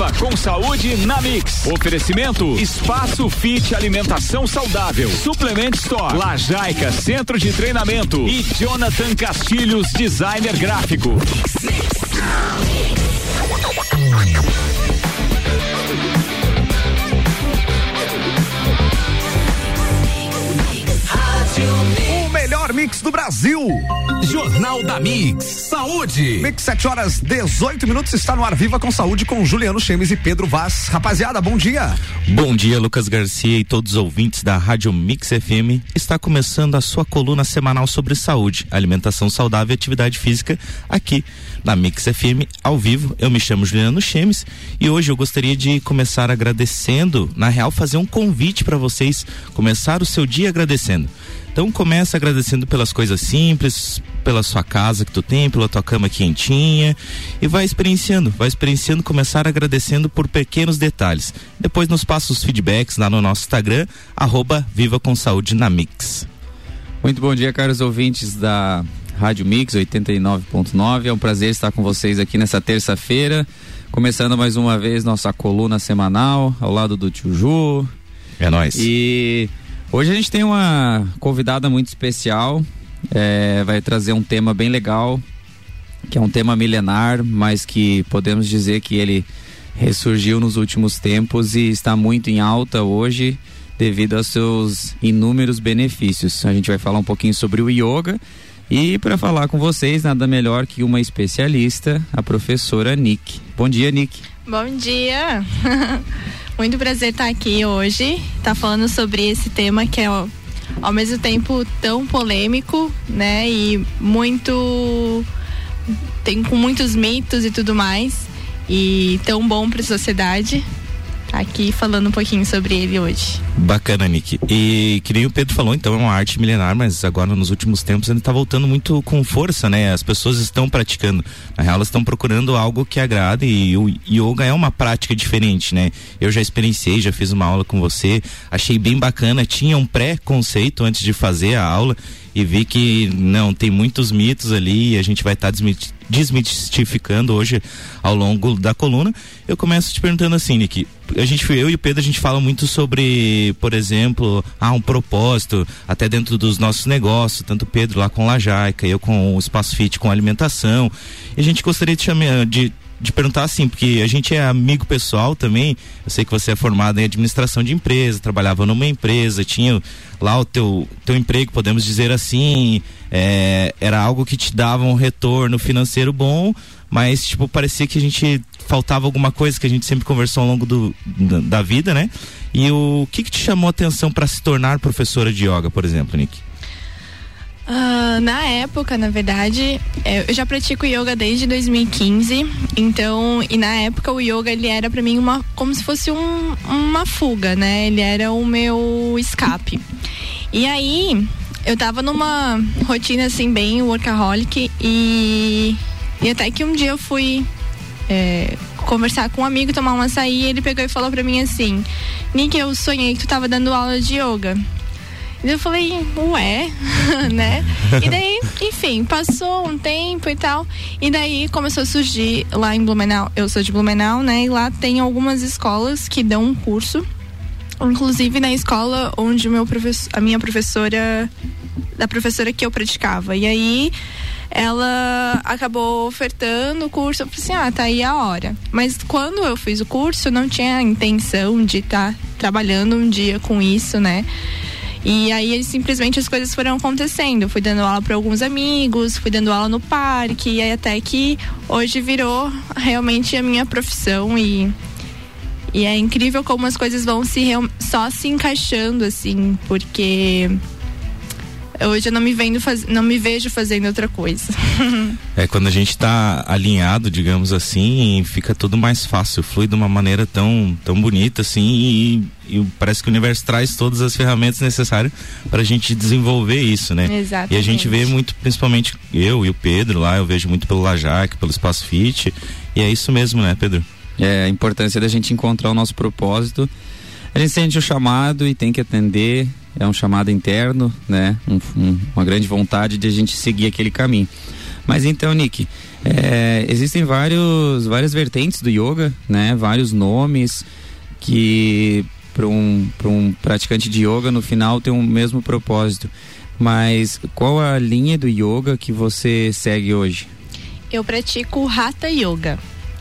Viva com saúde na Mix. Oferecimento Espaço Fit Alimentação Saudável, Suplement Store, Lajaica Centro de Treinamento e Jonathan Castilhos Designer Gráfico. O melhor mix do Brasil. Jornal da Mix. Saúde. Mix 7h18 está no ar. Viva com Saúde com Juliano Chemes e Pedro Vaz. Rapaziada, bom dia. Bom dia, Lucas Garcia e todos os ouvintes da Rádio Mix FM. Está começando a sua coluna semanal sobre saúde, alimentação saudável e atividade física aqui na Mix FM ao vivo. Eu me chamo Juliano Chemes e hoje eu gostaria de começar agradecendo, na real, fazer um convite para vocês começar o seu dia agradecendo. Então começa agradecendo pelas coisas simples, pela sua casa que tu tem, pela tua cama quentinha e vai experienciando, começar agradecendo por pequenos detalhes. Depois nos passa os feedbacks lá no nosso Instagram, @Viva com Saúde na Mix. Muito bom dia, caros ouvintes da Rádio Mix 89.9, é um prazer estar com vocês aqui nessa terça-feira, começando mais uma vez nossa coluna semanal, ao lado do Tio Ju. É nóis. E hoje a gente tem uma convidada muito especial, vai trazer um tema bem legal, que é um tema milenar, mas que podemos dizer que ele ressurgiu nos últimos tempos e está muito em alta hoje devido aos seus inúmeros benefícios. A gente vai falar um pouquinho sobre o yoga e para falar com vocês, nada melhor que uma especialista, a professora Nick. Bom dia, Nick. Bom dia. Muito prazer estar aqui hoje, falando sobre esse tema que é ao mesmo tempo tão polêmico, né? E tem com muitos mitos e tudo mais, e tão bom para a sociedade. Aqui falando um pouquinho sobre ele hoje. Bacana, Nick. E que nem o Pedro falou, então é uma arte milenar, mas agora nos últimos tempos ele está voltando muito com força, né? As pessoas estão praticando, na real elas estão procurando algo que agrade e o yoga é uma prática diferente, né? Eu já experienciei, já fiz uma aula com você, achei bem bacana, tinha um pré-conceito antes de fazer a aula e vi que não, tem muitos mitos ali e a gente vai estar desmistificando hoje ao longo da coluna. Eu começo te perguntando assim, Nick, eu e o Pedro, a gente fala muito sobre, por exemplo, um propósito, até dentro dos nossos negócios, tanto o Pedro lá com Lajaica, eu com o Espaço Fit, com alimentação, e a gente gostaria de perguntar assim, porque a gente é amigo pessoal também. Eu sei que você é formado em administração de empresa, trabalhava numa empresa, tinha lá o teu emprego, podemos dizer assim, era algo que te dava um retorno financeiro bom, mas parecia que a gente faltava alguma coisa, que a gente sempre conversou ao longo da vida, né? E o que te chamou a atenção para se tornar professora de yoga, por exemplo, Nick? Na época, na verdade, eu já pratico yoga desde 2015, então, e na época o yoga, ele era pra mim como se fosse uma fuga, né? Ele era o meu escape. E aí, eu tava numa rotina, assim, bem workaholic e até que um dia eu fui conversar com um amigo, tomar um açaí, e ele pegou e falou pra mim assim: Nick, eu sonhei que tu tava dando aula de yoga. E eu falei, ué, né? E daí, enfim, passou um tempo e tal, e daí começou a surgir lá em Blumenau, eu sou de Blumenau, né? E lá tem algumas escolas que dão um curso, inclusive na escola onde a minha professora, da professora que eu praticava. E aí ela acabou ofertando o curso, eu falei assim, tá aí a hora. Mas quando eu fiz o curso, eu não tinha a intenção de estar trabalhando um dia com isso, né? E aí simplesmente as coisas foram acontecendo. Eu fui dando aula para alguns amigos, fui dando aula no parque, e aí até que hoje virou realmente a minha profissão. E é incrível como as coisas vão só se encaixando, assim, porque hoje eu não me vejo fazendo outra coisa. Quando a gente tá alinhado, digamos assim, fica tudo mais fácil, flui de uma maneira tão bonita, assim, e parece que o universo traz todas as ferramentas necessárias pra gente desenvolver isso, né? Exatamente. E a gente vê muito, principalmente eu e o Pedro lá, eu vejo muito pelo Lajaica, pelo Espaço Fit, e é isso mesmo, né, Pedro? A importância da gente encontrar o nosso propósito. A gente sente o chamado e tem que atender. É um chamado interno, né? Uma grande vontade de a gente seguir aquele caminho. Mas então, Nick, Existem várias vertentes do yoga, né? Vários nomes que para um praticante de yoga no final tem o mesmo propósito. Mas qual a linha do yoga que você segue hoje? Eu pratico o Hatha Yoga.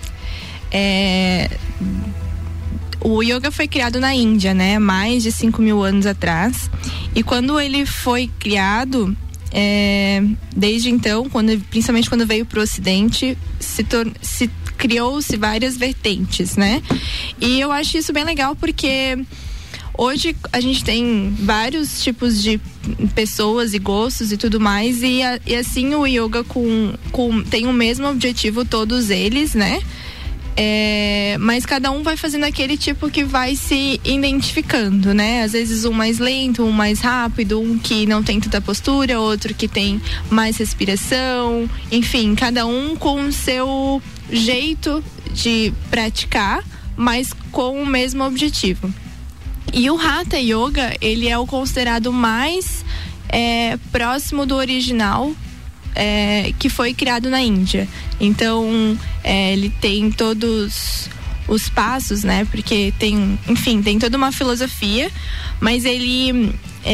O yoga foi criado na Índia, né? Mais de 5.000 anos atrás. E quando ele foi criado, desde então, principalmente quando veio para o Ocidente, criou-se várias vertentes, né? E eu acho isso bem legal porque hoje a gente tem vários tipos de pessoas e gostos e tudo mais, e assim o yoga tem o mesmo objetivo, todos eles, né? Mas cada um vai fazendo aquele tipo que vai se identificando, né? Às vezes um mais lento, um mais rápido, um que não tem tanta postura, outro que tem mais respiração, enfim, cada um com o seu jeito de praticar, mas com o mesmo objetivo. E o Hatha Yoga, ele é o considerado mais próximo do original, que foi criado na Índia. Então, ele tem todos os passos, né? Porque tem toda uma filosofia, mas ele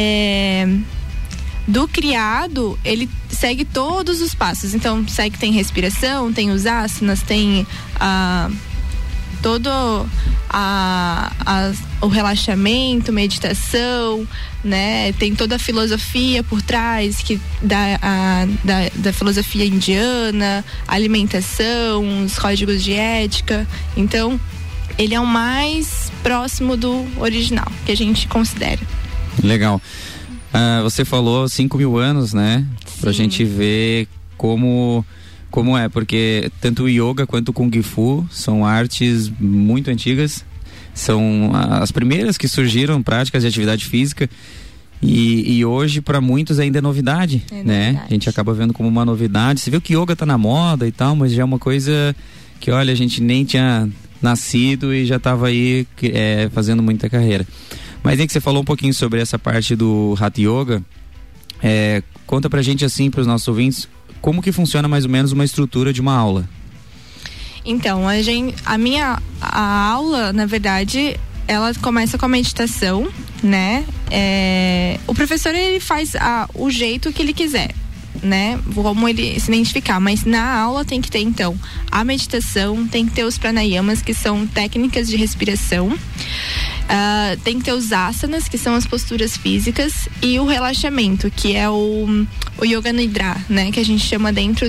do criado, ele segue todos os passos. Então, tem respiração, tem os asanas, tem todo o relaxamento, meditação, né? Tem toda a filosofia por trás da filosofia indiana, alimentação, os códigos de ética. Então, ele é o mais próximo do original, que a gente considera. Legal. Você falou 5.000 anos, né? Sim. Pra gente ver como é, porque tanto o yoga quanto o Kung Fu são artes muito antigas, são as primeiras que surgiram práticas de atividade física e hoje para muitos ainda é novidade, né? Novidade. A gente acaba vendo como uma novidade. Você viu que yoga tá na moda e tal, mas já é uma coisa que, olha, a gente nem tinha nascido e já estava aí fazendo muita carreira. Mas nem que você falou um pouquinho sobre essa parte do Hatha Yoga, conta pra gente assim, pros nossos ouvintes, como que funciona mais ou menos uma estrutura de uma aula? Então, a aula, na verdade, ela começa com a meditação, né? O professor, ele faz o jeito que ele quiser, né? Como ele se identificar, mas na aula tem que ter, então, a meditação, tem que ter os pranayamas, que são técnicas de respiração, tem que ter os asanas, que são as posturas físicas, e o relaxamento, que é o Yoga Nidra, né? Que a gente chama dentro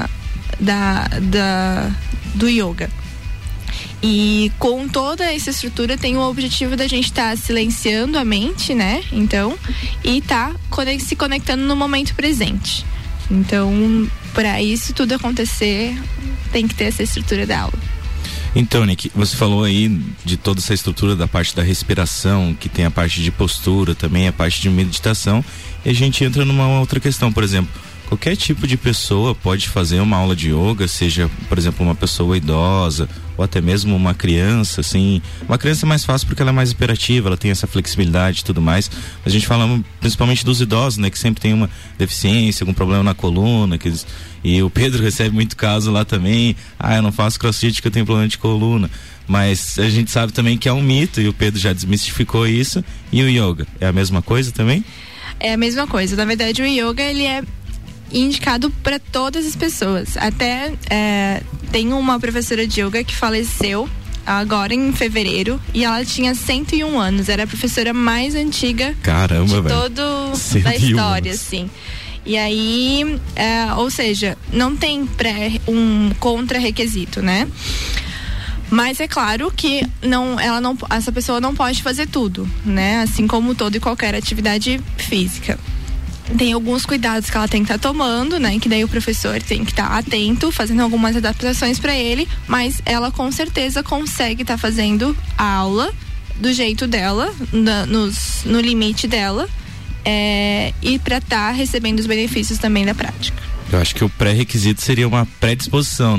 do yoga. E com toda essa estrutura tem o objetivo da gente estar silenciando a mente, né? Então, e se conectando no momento presente. Então, para isso tudo acontecer, tem que ter essa estrutura da aula. Então, Nick, você falou aí de toda essa estrutura da parte da respiração, que tem a parte de postura, também a parte de meditação, e a gente entra numa outra questão, por exemplo, qualquer tipo de pessoa pode fazer uma aula de yoga, seja, por exemplo, uma pessoa idosa ou até mesmo uma criança, assim. Uma criança é mais fácil porque ela é mais hiperativa, ela tem essa flexibilidade e tudo mais. A gente fala principalmente dos idosos, né? Que sempre tem uma deficiência, algum problema na coluna, e o Pedro recebe muito caso lá também. Eu não faço crossfit porque eu tenho problema de coluna. Mas a gente sabe também que é um mito e o Pedro já desmistificou isso. E o yoga, é a mesma coisa também? É a mesma coisa. Na verdade, o yoga, ele é indicado para todas as pessoas. Até tem uma professora de yoga que faleceu agora em fevereiro e ela tinha 101 anos. Era a professora mais antiga de da história, assim. E aí, ou seja, não tem um contra-requisito, né? Mas é claro que essa pessoa não pode fazer tudo, né? Assim como toda e qualquer atividade física. Tem alguns cuidados que ela tem que estar tomando, né? Que daí o professor tem que estar atento, fazendo algumas adaptações para ele, mas ela com certeza consegue estar fazendo a aula do jeito dela, no limite dela, e para estar recebendo os benefícios também da prática. Eu acho que o pré-requisito seria uma predisposição, né?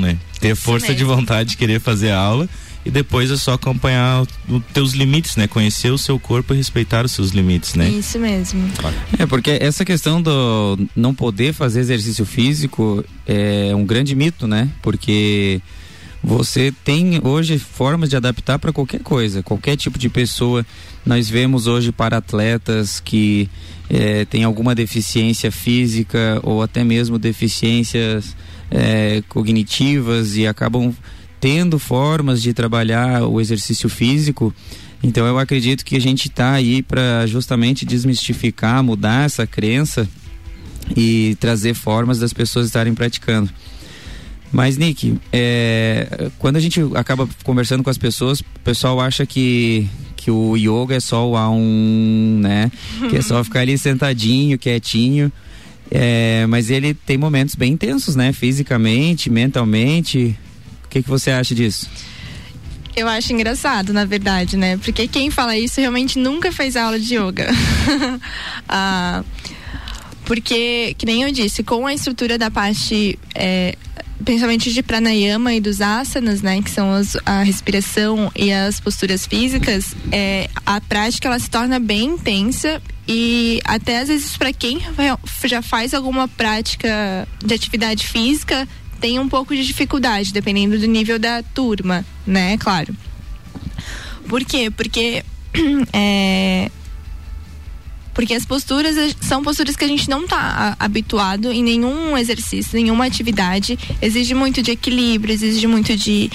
ter força de vontade de querer fazer a aula. E depois é só acompanhar os teus limites, né? Conhecer o seu corpo e respeitar os seus limites, né? Isso mesmo. Porque essa questão do não poder fazer exercício físico é um grande mito, né? Porque você tem hoje formas de adaptar para qualquer coisa, qualquer tipo de pessoa. Nós vemos hoje para atletas que têm alguma deficiência física ou até mesmo deficiências cognitivas e acabam tendo formas de trabalhar o exercício físico. Então eu acredito que a gente está aí para justamente desmistificar, mudar essa crença e trazer formas das pessoas estarem praticando. Mas, Nick, quando a gente acaba conversando com as pessoas, o pessoal acha que o yoga é só o A1, né? Que é só ficar ali sentadinho, quietinho. Mas ele tem momentos bem intensos, né? Fisicamente, mentalmente. O que você acha disso? Eu acho engraçado, na verdade, né? Porque quem fala isso realmente nunca fez aula de yoga. Porque, que nem eu disse, com a estrutura da parte, principalmente de pranayama e dos asanas, né? Que são a respiração e as posturas físicas, a prática ela se torna bem intensa e até às vezes para quem já faz alguma prática de atividade física tem um pouco de dificuldade, dependendo do nível da turma, né? Claro. Por quê? Porque as posturas são posturas que a gente não está habituado em nenhum exercício, nenhuma atividade. Exige muito de equilíbrio, exige muito de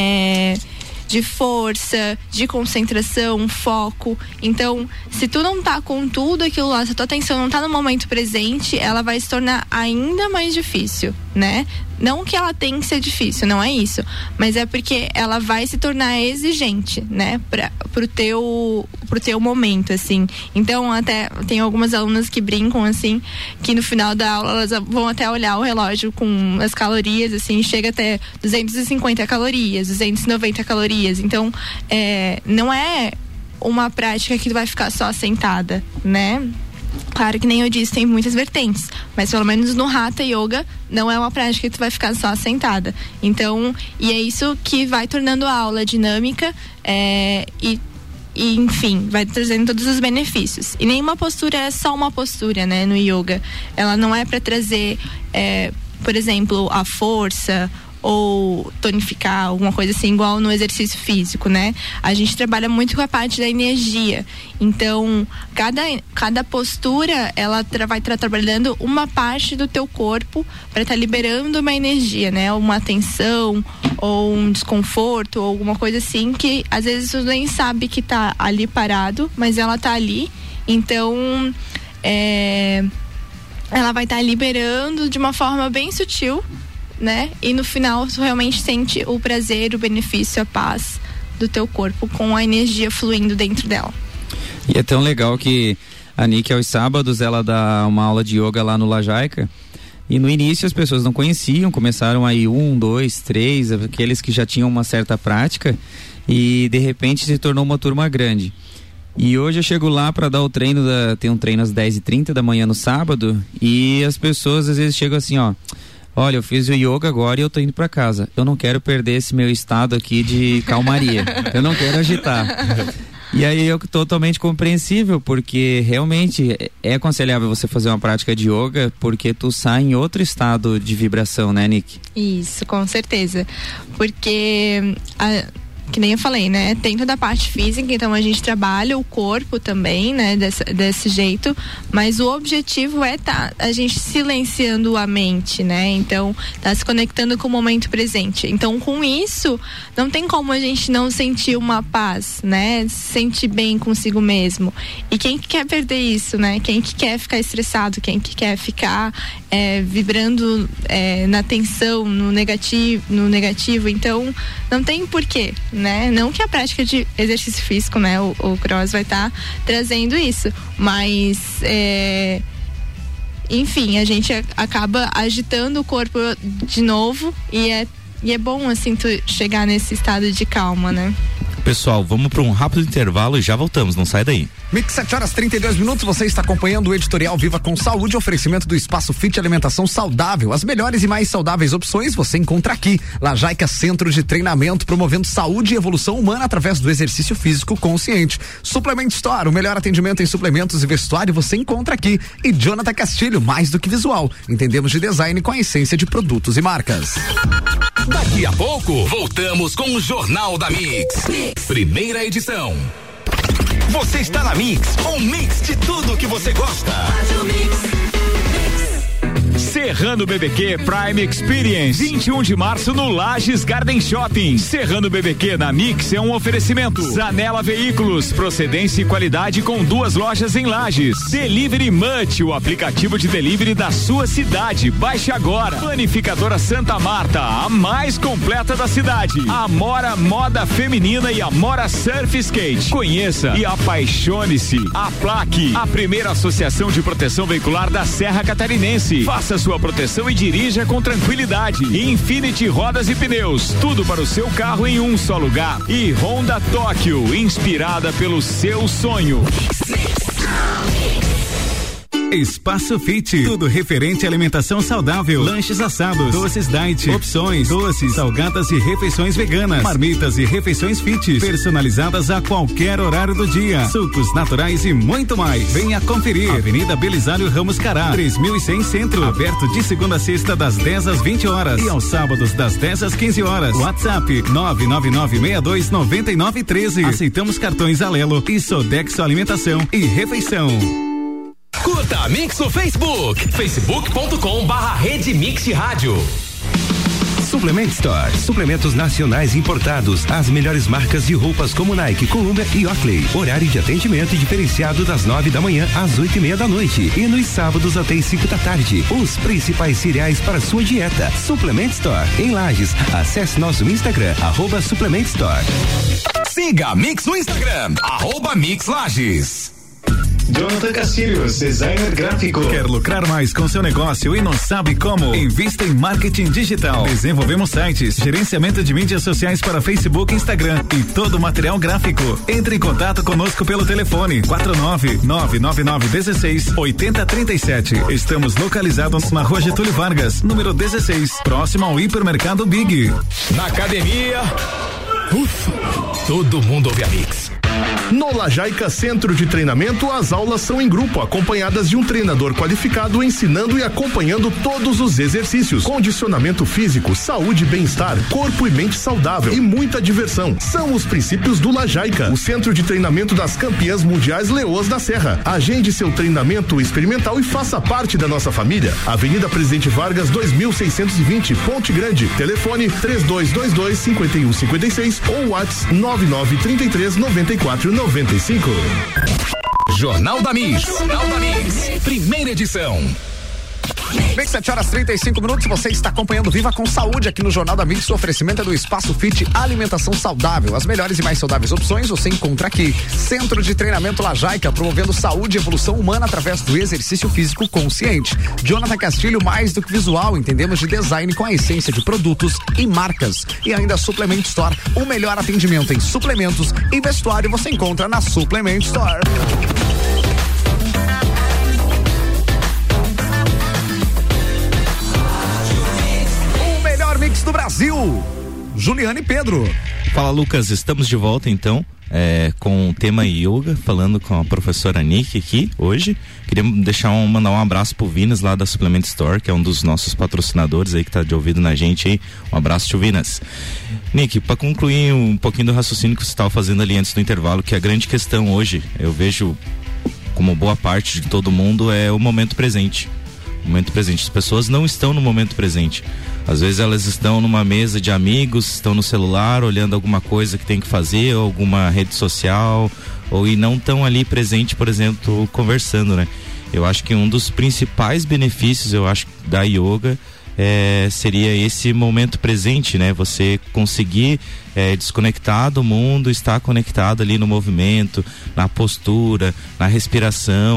força, de concentração, foco. Então, se tu não tá com tudo aquilo lá, se a tua atenção não tá no momento presente, ela vai se tornar ainda mais difícil, né? Não que ela tenha que ser difícil, não é isso, mas é porque ela vai se tornar exigente, né? Pro teu momento, assim. Então, até tem algumas alunas que brincam, assim, que no final da aula elas vão até olhar o relógio com as calorias, assim, chega até 250 calorias, 290 calorias. Então, não é uma prática que tu vai ficar só sentada, né? Claro que nem eu disse, tem muitas vertentes, mas pelo menos no Hatha Yoga não é uma prática que tu vai ficar só sentada. Então, e é isso que vai tornando a aula dinâmica e enfim, vai trazendo todos os benefícios. E nenhuma postura é só uma postura, né, no yoga. Ela não é para trazer, por exemplo, a força ou tonificar, alguma coisa assim, igual no exercício físico, né? A gente trabalha muito com a parte da energia. Então, cada postura, ela vai estar trabalhando uma parte do teu corpo para estar liberando uma energia, né? Uma tensão ou um desconforto ou alguma coisa assim que às vezes tu nem sabe que tá ali parado, mas ela tá ali. Então, ela vai estar liberando de uma forma bem sutil, né? E no final tu realmente sente o prazer, o benefício, a paz do teu corpo com a energia fluindo dentro dela. E é tão legal que a Nick, aos sábados, ela dá uma aula de yoga lá no Lajaica. E no início as pessoas não conheciam, começaram aí 1, 2, 3, aqueles que já tinham uma certa prática, e de repente se tornou uma turma grande. E hoje eu chego lá para dar o treino, tem um treino às 10h30 da manhã no sábado, e as pessoas às vezes chegam assim, olha, eu fiz o yoga agora e eu tô indo pra casa. Eu não quero perder esse meu estado aqui de calmaria. Eu não quero agitar. E aí é totalmente compreensível, porque realmente é aconselhável você fazer uma prática de yoga, porque tu sai em outro estado de vibração, né, Nick? Isso, com certeza. Porque que nem eu falei, né? Tem toda a parte física, então a gente trabalha o corpo também, né? Desse jeito, mas o objetivo é a gente silenciando a mente, né? Então, tá se conectando com o momento presente. Então, com isso, não tem como a gente não sentir uma paz, né? Se sentir bem consigo mesmo. E quem que quer perder isso, né? Quem que quer ficar estressado, quem que quer ficar vibrando na tensão, no negativo. Então, não tem porquê, né? Não que a prática de exercício físico, né? O cross vai estar trazendo isso, mas enfim, a gente acaba agitando o corpo de novo e é bom, assim, tu chegar nesse estado de calma, né? Pessoal, vamos para um rápido intervalo e já voltamos, não sai daí. Mix 7h32, você está acompanhando o editorial Viva com Saúde, oferecimento do Espaço Fit Alimentação Saudável. As melhores e mais saudáveis opções você encontra aqui. Lajaica Centro de Treinamento, promovendo saúde e evolução humana através do exercício físico consciente. Suplement Store, o melhor atendimento em suplementos e vestuário você encontra aqui. E Jonathan Castilho, mais do que visual. Entendemos de design com a essência de produtos e marcas. Daqui a pouco, voltamos com o Jornal da Mix. Primeira edição. Você está na Mix, um mix de tudo que você gosta. Serrano BBQ Prime Experience, 21 de março no Lages Garden Shopping. Serrano BBQ na Mix é um oferecimento. Zanela Veículos, procedência e qualidade com 2 lojas em Lages. Delivery Much, o aplicativo de delivery da sua cidade. Baixe agora. Planificadora Santa Marta, a mais completa da cidade. Amora Moda Feminina e Amora Surf Skate. Conheça e apaixone-se. A Plaque, a primeira associação de proteção veicular da Serra Catarinense. Faça sua proteção e dirija com tranquilidade. Infinity Rodas e Pneus, tudo para o seu carro em um só lugar. E Honda Tóquio, inspirada pelo seu sonho. Espaço Fit, tudo referente à alimentação saudável, lanches assados, doces diet, opções, doces, salgadas e refeições veganas, marmitas e refeições fit, personalizadas a qualquer horário do dia, sucos naturais e muito mais. Venha conferir. Avenida Belisário Ramos Cará, 3100 Centro, aberto de segunda a sexta das 10 às 20 horas e aos sábados das 10 às 15 horas. WhatsApp 999629913. Aceitamos cartões Alelo e Sodexo Alimentação e Refeição. Curta a Mix no Facebook, facebook.com/Rede Mix Rádio. Suplement Store, suplementos nacionais importados, as melhores marcas de roupas como Nike, Columbia e Oakley. Horário de atendimento diferenciado das 9 da manhã às 8:30 da noite e nos sábados até as 5 da tarde. Os principais cereais para sua dieta. Suplement Store em Lages. Acesse nosso Instagram @Suplement Store. Siga a Mix no Instagram @Mix Lages. Jonathan Castilhos, designer gráfico. Quer lucrar mais com seu negócio e não sabe como? Invista em marketing digital. Desenvolvemos sites, gerenciamento de mídias sociais para Facebook e Instagram e todo o material gráfico. Entre em contato conosco pelo telefone 49999168037. Estamos localizados na Rua Getúlio Vargas, número 16, próximo ao Hipermercado Big. Na academia, todo mundo ouve a Mix. No Lajaica Centro de Treinamento, as aulas são em grupo, acompanhadas de um treinador qualificado ensinando e acompanhando todos os exercícios. Condicionamento físico, saúde e bem-estar, corpo e mente saudável e muita diversão. São os princípios do Lajaica, o centro de treinamento das campeãs mundiais Leoas da Serra. Agende seu treinamento experimental e faça parte da nossa família. Avenida Presidente Vargas 2620, Ponte Grande. Telefone 3222-5156 ou WhatsApp 9933-9495. Jornal da Mix. Primeira edição. Mix 7h35, você está acompanhando Viva com Saúde aqui no Jornal da Mix. O oferecimento é do Espaço Fit Alimentação Saudável. As melhores e mais saudáveis opções você encontra aqui. Centro de Treinamento Lajaica, promovendo saúde e evolução humana através do exercício físico consciente. Jonathan Castilho, mais do que visual, entendemos de design com a essência de produtos e marcas. E ainda Suplement Store, o melhor atendimento em suplementos e vestuário você encontra na Suplement Store. Mix do Brasil, Juliana e Pedro. Fala, Lucas, estamos de volta então com o tema yoga, falando com a professora Nick aqui hoje. Queria mandar um abraço pro Vinas lá da Suplement Store, que é um dos nossos patrocinadores aí que tá de ouvido na gente aí. Um abraço, tio Vinas. Nick, para concluir um pouquinho do raciocínio que você estava fazendo ali antes do intervalo, que a grande questão hoje, eu vejo como boa parte de todo mundo, é o momento presente. Momento presente. As pessoas não estão no momento presente. Às vezes elas estão numa mesa de amigos, estão no celular olhando alguma coisa que tem que fazer, ou alguma rede social, e não estão ali presente, por exemplo, conversando, né? Eu acho que um dos principais benefícios, da yoga seria esse momento presente, né? Você conseguir desconectar do mundo, estar conectado ali no movimento, na postura, na respiração.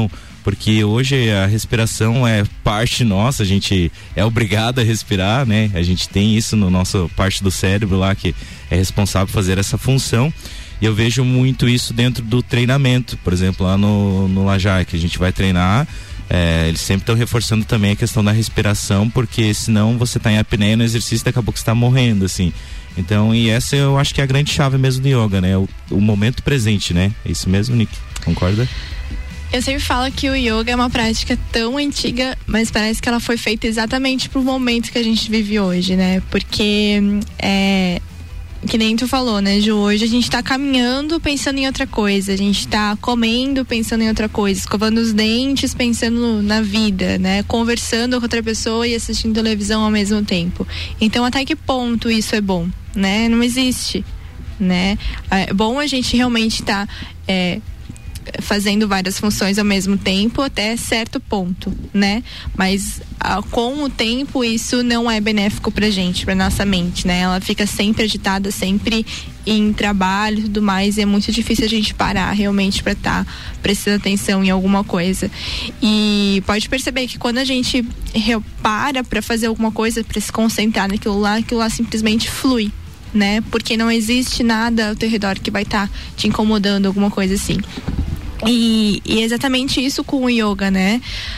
porque hoje a respiração é parte nossa, a gente é obrigado a respirar, né? A gente tem isso no nosso parte do cérebro lá que é responsável por fazer essa função. E eu vejo muito isso dentro do treinamento, por exemplo, lá no Lajai, que a gente vai treinar, eles sempre estão reforçando também a questão da respiração, porque senão você está em apneia no exercício, daqui a pouco você está morrendo, assim. Então, e essa eu acho que é a grande chave mesmo do yoga, né? O momento presente, né? É isso mesmo, Nick? Concorda? Eu sempre falo que o yoga é uma prática tão antiga, mas parece que ela foi feita exatamente pro momento que a gente vive hoje, né? Porque que nem tu falou, né, Ju? Hoje a gente tá caminhando pensando em outra coisa, a gente tá comendo pensando em outra coisa, escovando os dentes pensando na vida, né? Conversando com outra pessoa e assistindo televisão ao mesmo tempo. Então, até que ponto isso é bom, né? Não existe, né? É bom a gente realmente tá fazendo várias funções ao mesmo tempo até certo ponto, né? Mas com o tempo isso não é benéfico pra gente, pra nossa mente, né? Ela fica sempre agitada, sempre em trabalho e tudo mais, e é muito difícil a gente parar realmente pra estar prestando atenção em alguma coisa. E pode perceber que quando a gente para pra fazer alguma coisa, pra se concentrar naquilo lá simplesmente flui, né? Porque não existe nada ao teu redor que vai estar te incomodando, alguma coisa assim. E exatamente isso com o yoga, né?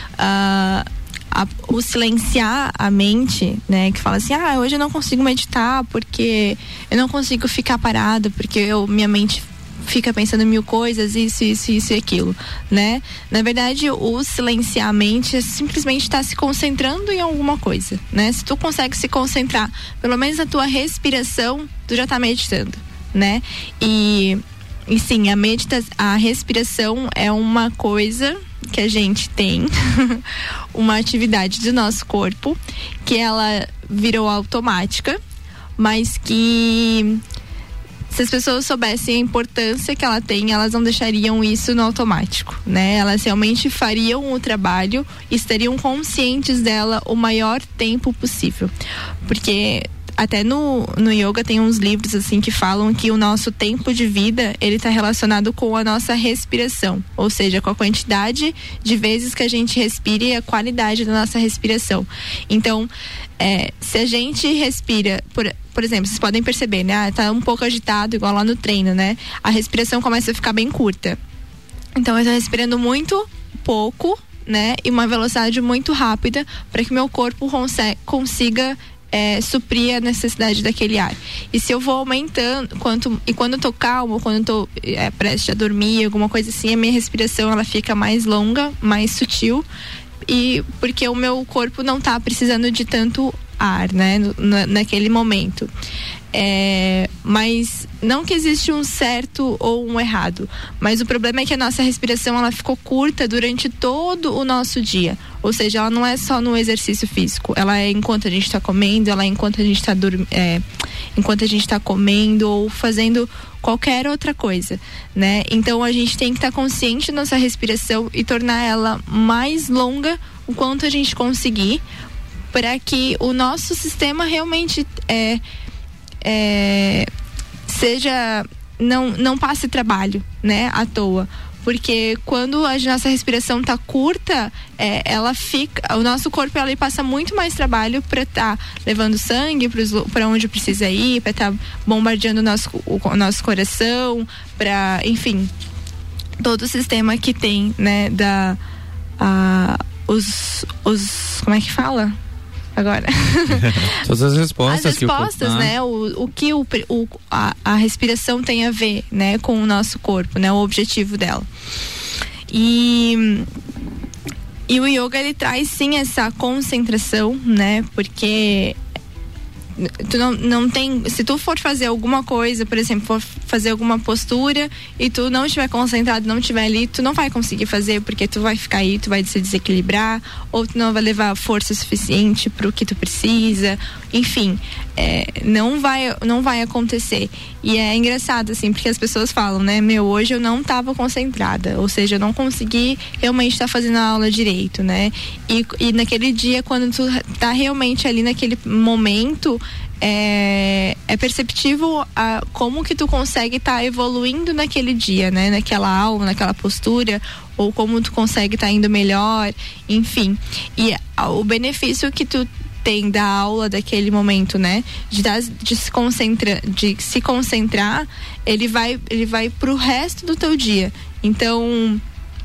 O silenciar a mente, né? Que fala assim, hoje eu não consigo meditar porque eu não consigo ficar parada, porque minha mente fica pensando em mil coisas, isso e aquilo, né? Na verdade, o silenciar a mente é simplesmente estar se concentrando em alguma coisa, né? Se tu consegue se concentrar, pelo menos na tua respiração, tu já tá meditando, né? E sim, a respiração é uma coisa que a gente tem, uma atividade do nosso corpo, que ela virou automática, mas que se as pessoas soubessem a importância que ela tem, elas não deixariam isso no automático, né? Elas realmente fariam o trabalho e estariam conscientes dela o maior tempo possível. Porque até no yoga tem uns livros assim que falam que o nosso tempo de vida, ele tá relacionado com a nossa respiração, ou seja, com a quantidade de vezes que a gente respira e a qualidade da nossa respiração. Então, se a gente respira, por exemplo, vocês podem perceber, né? Tá um pouco agitado, igual lá no treino, né? A respiração começa a ficar bem curta. Então, eu tô respirando muito pouco, né? E uma velocidade muito rápida para que meu corpo consiga suprir a necessidade daquele ar. E se eu vou aumentando, quando eu tô calmo, quando eu tô prestes a dormir, alguma coisa assim, a minha respiração ela fica mais longa, mais sutil, e porque o meu corpo não tá precisando de tanto ar, né, naquele momento. Mas não que existe um certo ou um errado, mas o problema é que a nossa respiração ela ficou curta durante todo o nosso dia, ou seja, ela não é só no exercício físico, ela é enquanto a gente está comendo, ela é enquanto a gente está enquanto a gente está comendo ou fazendo qualquer outra coisa, né? Então a gente tem que estar consciente da nossa respiração e tornar ela mais longa o quanto a gente conseguir, para que o nosso sistema realmente não passe trabalho, né, à toa. Porque quando a nossa respiração tá curta, o nosso corpo ele passa muito mais trabalho para estar levando sangue para onde precisa ir, para estar bombardeando o nosso coração, para, enfim, todo o sistema que tem, né, como é que fala? Agora. Todas as respostas. As respostas, né? O que a respiração tem a ver, né? Com o nosso corpo, né? O objetivo dela. E o yoga, ele traz sim essa concentração, né? Porque tu não tem, se tu for fazer alguma coisa, por exemplo, for fazer alguma postura e tu não estiver concentrado, não estiver ali, tu não vai conseguir fazer, porque tu vai ficar aí, tu vai se desequilibrar, ou tu não vai levar força suficiente pro que tu precisa, enfim, não vai acontecer. E é engraçado, assim, porque as pessoas falam, né, hoje eu não estava concentrada, ou seja, eu não consegui realmente estar fazendo a aula direito, né, e naquele dia, quando tu tá realmente ali naquele momento, é perceptível como que tu consegue estar evoluindo naquele dia, né? Naquela aula, naquela postura, ou como tu consegue estar indo melhor, enfim. E o benefício que tu tem da aula daquele momento, né? De se concentrar, ele vai pro resto do teu dia. Então,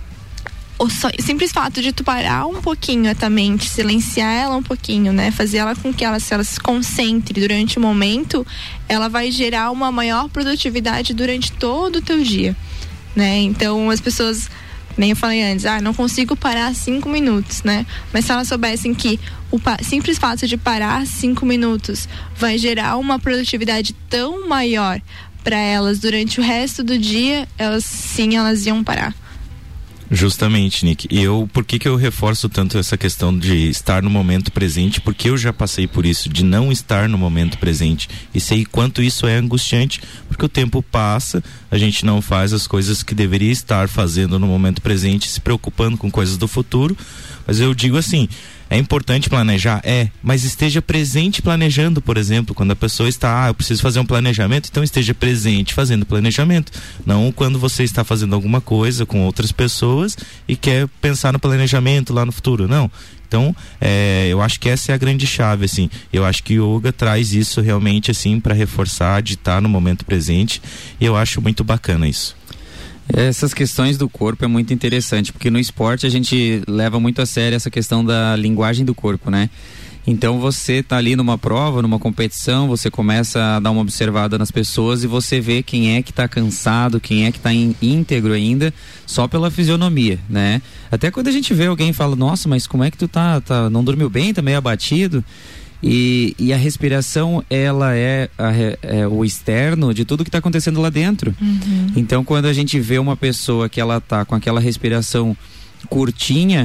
o simples fato de tu parar um pouquinho a tua mente, silenciar ela um pouquinho, né? Fazer ela com que se ela se concentre durante o momento, ela vai gerar uma maior produtividade durante todo o teu dia, né? Então, as pessoas, nem eu falei antes, não consigo parar 5 minutos, né? Mas se elas soubessem que o simples fato de parar 5 minutos vai gerar uma produtividade tão maior para elas durante o resto do dia, elas iam parar. Justamente, Nick. E por que eu reforço tanto essa questão de estar no momento presente? Porque eu já passei por isso, de não estar no momento presente. E sei quanto isso é angustiante, porque o tempo passa, a gente não faz as coisas que deveria estar fazendo no momento presente, se preocupando com coisas do futuro. Mas eu digo assim, é importante planejar? Mas esteja presente planejando, por exemplo, quando a pessoa está, eu preciso fazer um planejamento, então esteja presente fazendo planejamento, não quando você está fazendo alguma coisa com outras pessoas e quer pensar no planejamento lá no futuro, não. Então, eu acho que essa é a grande chave, assim, eu acho que o yoga traz isso realmente, assim, para reforçar, de estar no momento presente, e eu acho muito bacana isso. Essas questões do corpo é muito interessante, porque no esporte a gente leva muito a sério essa questão da linguagem do corpo, né? Então você tá ali numa prova, numa competição, você começa a dar uma observada nas pessoas e você vê quem é que tá cansado, quem é que tá íntegro ainda, só pela fisionomia, né? Até quando a gente vê alguém e fala, nossa, mas como é que tu não dormiu bem, tá meio abatido? E a respiração, ela é o externo de tudo que está acontecendo lá dentro. Uhum. Então, quando a gente vê uma pessoa que ela tá com aquela respiração curtinha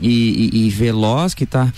e veloz, que tá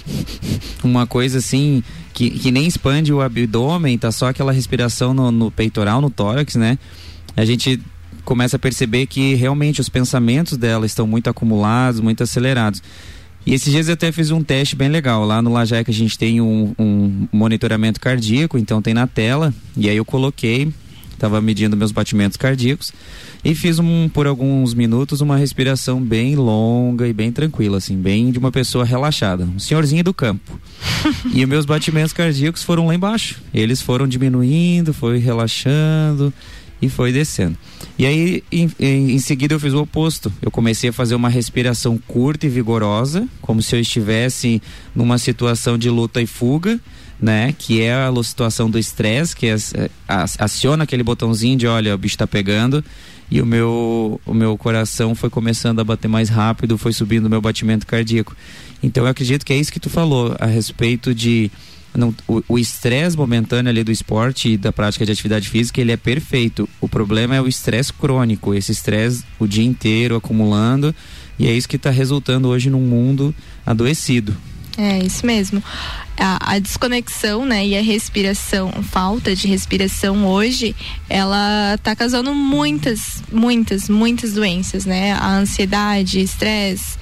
uma coisa assim, que nem expande o abdômen, tá só aquela respiração no peitoral, no tórax, né? A gente começa a perceber que realmente os pensamentos dela estão muito acumulados, muito acelerados. E esses dias eu até fiz um teste bem legal. Lá no Lajaica a gente tem um monitoramento cardíaco, então tem na tela, e aí eu coloquei, estava medindo meus batimentos cardíacos e fiz por alguns minutos uma respiração bem longa e bem tranquila, assim, bem de uma pessoa relaxada, um senhorzinho do campo. E os meus batimentos cardíacos foram lá embaixo, eles foram diminuindo, foi relaxando e foi descendo. E aí, em seguida eu fiz o oposto. Eu comecei a fazer uma respiração curta e vigorosa, como se eu estivesse numa situação de luta e fuga, né? Que é a situação do estresse, que aciona aquele botãozinho de, olha, o bicho tá pegando. E o meu coração foi começando a bater mais rápido, foi subindo o meu batimento cardíaco. Então eu acredito que é isso que tu falou, a respeito de... o estresse momentâneo ali do esporte e da prática de atividade física, ele é perfeito. O problema é o estresse crônico, esse estresse o dia inteiro acumulando, e é isso que está resultando hoje num mundo adoecido. É isso mesmo. A desconexão, né, e a respiração, falta de respiração hoje, ela tá causando muitas doenças, né? A ansiedade, estresse,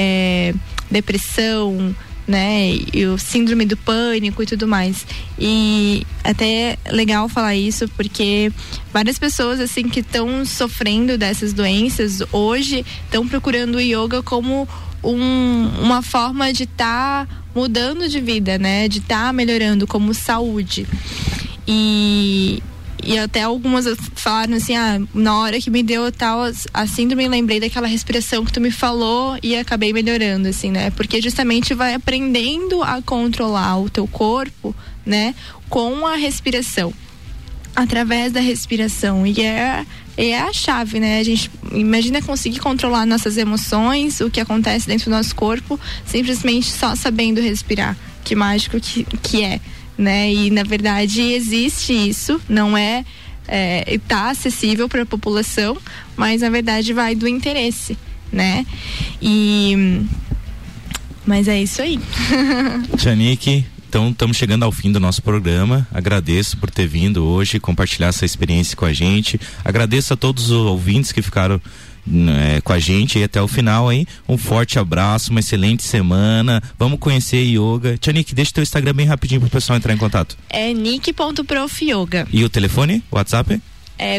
depressão, né, e o síndrome do pânico e tudo mais. E até é legal falar isso, porque várias pessoas assim que estão sofrendo dessas doenças hoje estão procurando o yoga como uma forma de estar mudando de vida, né, de estar melhorando como saúde. E até algumas falaram assim, na hora que me deu a síndrome, lembrei daquela respiração que tu me falou e acabei melhorando, assim, né? Porque justamente vai aprendendo a controlar o teu corpo, né? Com a respiração, através da respiração. E é a chave, né? A gente imagina conseguir controlar nossas emoções, o que acontece dentro do nosso corpo, simplesmente só sabendo respirar. Que mágico que é, né? E na verdade existe isso, não tá acessível para a população, mas na verdade vai do interesse, né? Mas é isso aí. Tia Nick, Então estamos chegando ao fim do nosso programa. Agradeço por ter vindo hoje, compartilhar essa experiência com a gente. Agradeço a todos os ouvintes que ficaram com a gente aí até o final aí. Um forte abraço, uma excelente semana. Vamos conhecer yoga. Tia Nick, deixa o teu Instagram bem rapidinho pro pessoal entrar em contato. É nick.profyoga. E o telefone? O WhatsApp? É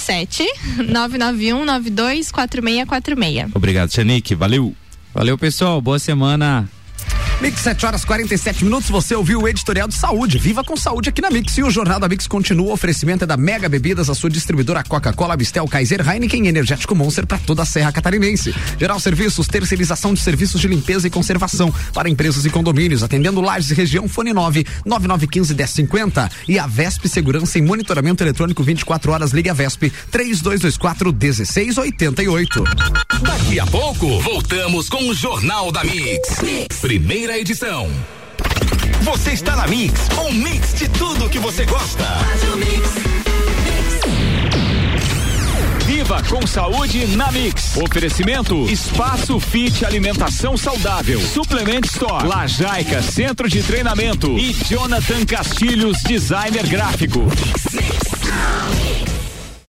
47-991-924646. Obrigado, Tia Nick. Valeu. Valeu, pessoal. Boa semana. Mix, 7h47, você ouviu o editorial de saúde. Viva com saúde aqui na Mix. E o Jornal da Mix continua. O oferecimento é da Mega Bebidas, a sua distribuidora Coca-Cola, Bistel, Kaiser, Heineken e Energético Monster para toda a Serra Catarinense. Geral Serviços, terceirização de serviços de limpeza e conservação para empresas e condomínios. Atendendo Lages e região, fone 99915-1050. E a Vesp Segurança em monitoramento eletrônico 24 horas. Ligue a Vesp 3224-1688. Daqui a pouco, voltamos com o Jornal da Mix. Primeira edição. Você está na Mix, um mix de tudo que você gosta. Viva com saúde na Mix. Oferecimento Espaço Fit Alimentação Saudável. Suplement Store. Lajaica Centro de Treinamento. E Jonathan Castilhos, designer gráfico.